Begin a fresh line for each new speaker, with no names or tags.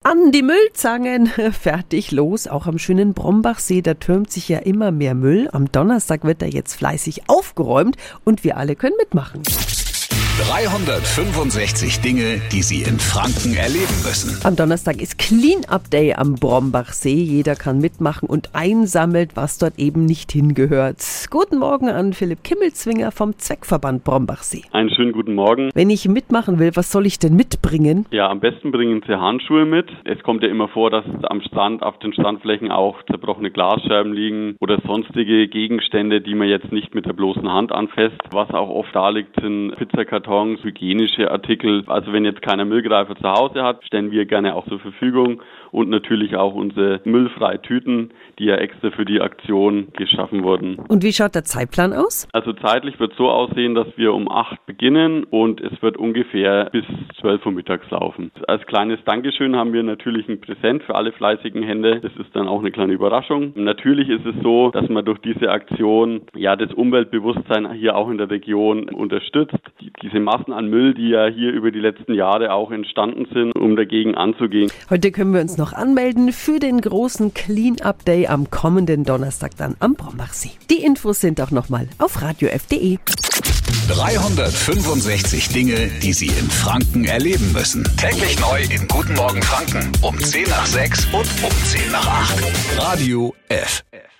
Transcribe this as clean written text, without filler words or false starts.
An die Müllzangen, fertig, los. Auch am schönen Brombachsee, da türmt sich ja immer mehr Müll. Am Donnerstag wird da jetzt fleißig aufgeräumt und wir alle können mitmachen.
365 Dinge, die Sie in Franken erleben müssen.
Am Donnerstag ist Clean-Up Day am Brombachsee. Jeder kann mitmachen und einsammelt, was dort eben nicht hingehört. Guten Morgen an Philipp Kimmelzwinger vom Zweckverband Brombachsee.
Einen schönen guten Morgen.
Wenn ich mitmachen will, was soll ich denn mitbringen?
Ja, am besten bringen Sie Handschuhe mit. Es kommt ja immer vor, dass am Strand, auf den Strandflächen auch zerbrochene Glasscherben liegen oder sonstige Gegenstände, die man jetzt nicht mit der bloßen Hand anfasst. Was auch oft da liegt, sind Pizzakartons, hygienische Artikel. Also wenn jetzt keiner Müllgreifer zu Hause hat, stellen wir gerne auch zur Verfügung. Und natürlich auch unsere müllfreie Tüten, die ja extra für die Aktion geschaffen wurden.
Und wie schaut der Zeitplan aus?
Also zeitlich wird so aussehen, dass wir um 8 beginnen und es wird ungefähr bis 12 Uhr mittags laufen. Als kleines Dankeschön haben wir natürlich ein Präsent für alle fleißigen Hände. Das ist dann auch eine kleine Überraschung. Natürlich ist es so, dass man durch diese Aktion ja das Umweltbewusstsein hier auch in der Region unterstützt. Diese Massen an Müll, die ja hier über die letzten Jahre auch entstanden sind, um dagegen anzugehen.
Heute können wir uns noch anmelden für den großen Clean-Up Day am kommenden Donnerstag dann am Brombachsee. Die Infos sind auch nochmal auf radiof.de.
365 Dinge, die Sie in Franken erleben müssen. Täglich neu in Guten Morgen Franken um 10 nach 6 und um 10 nach 8. Radio F.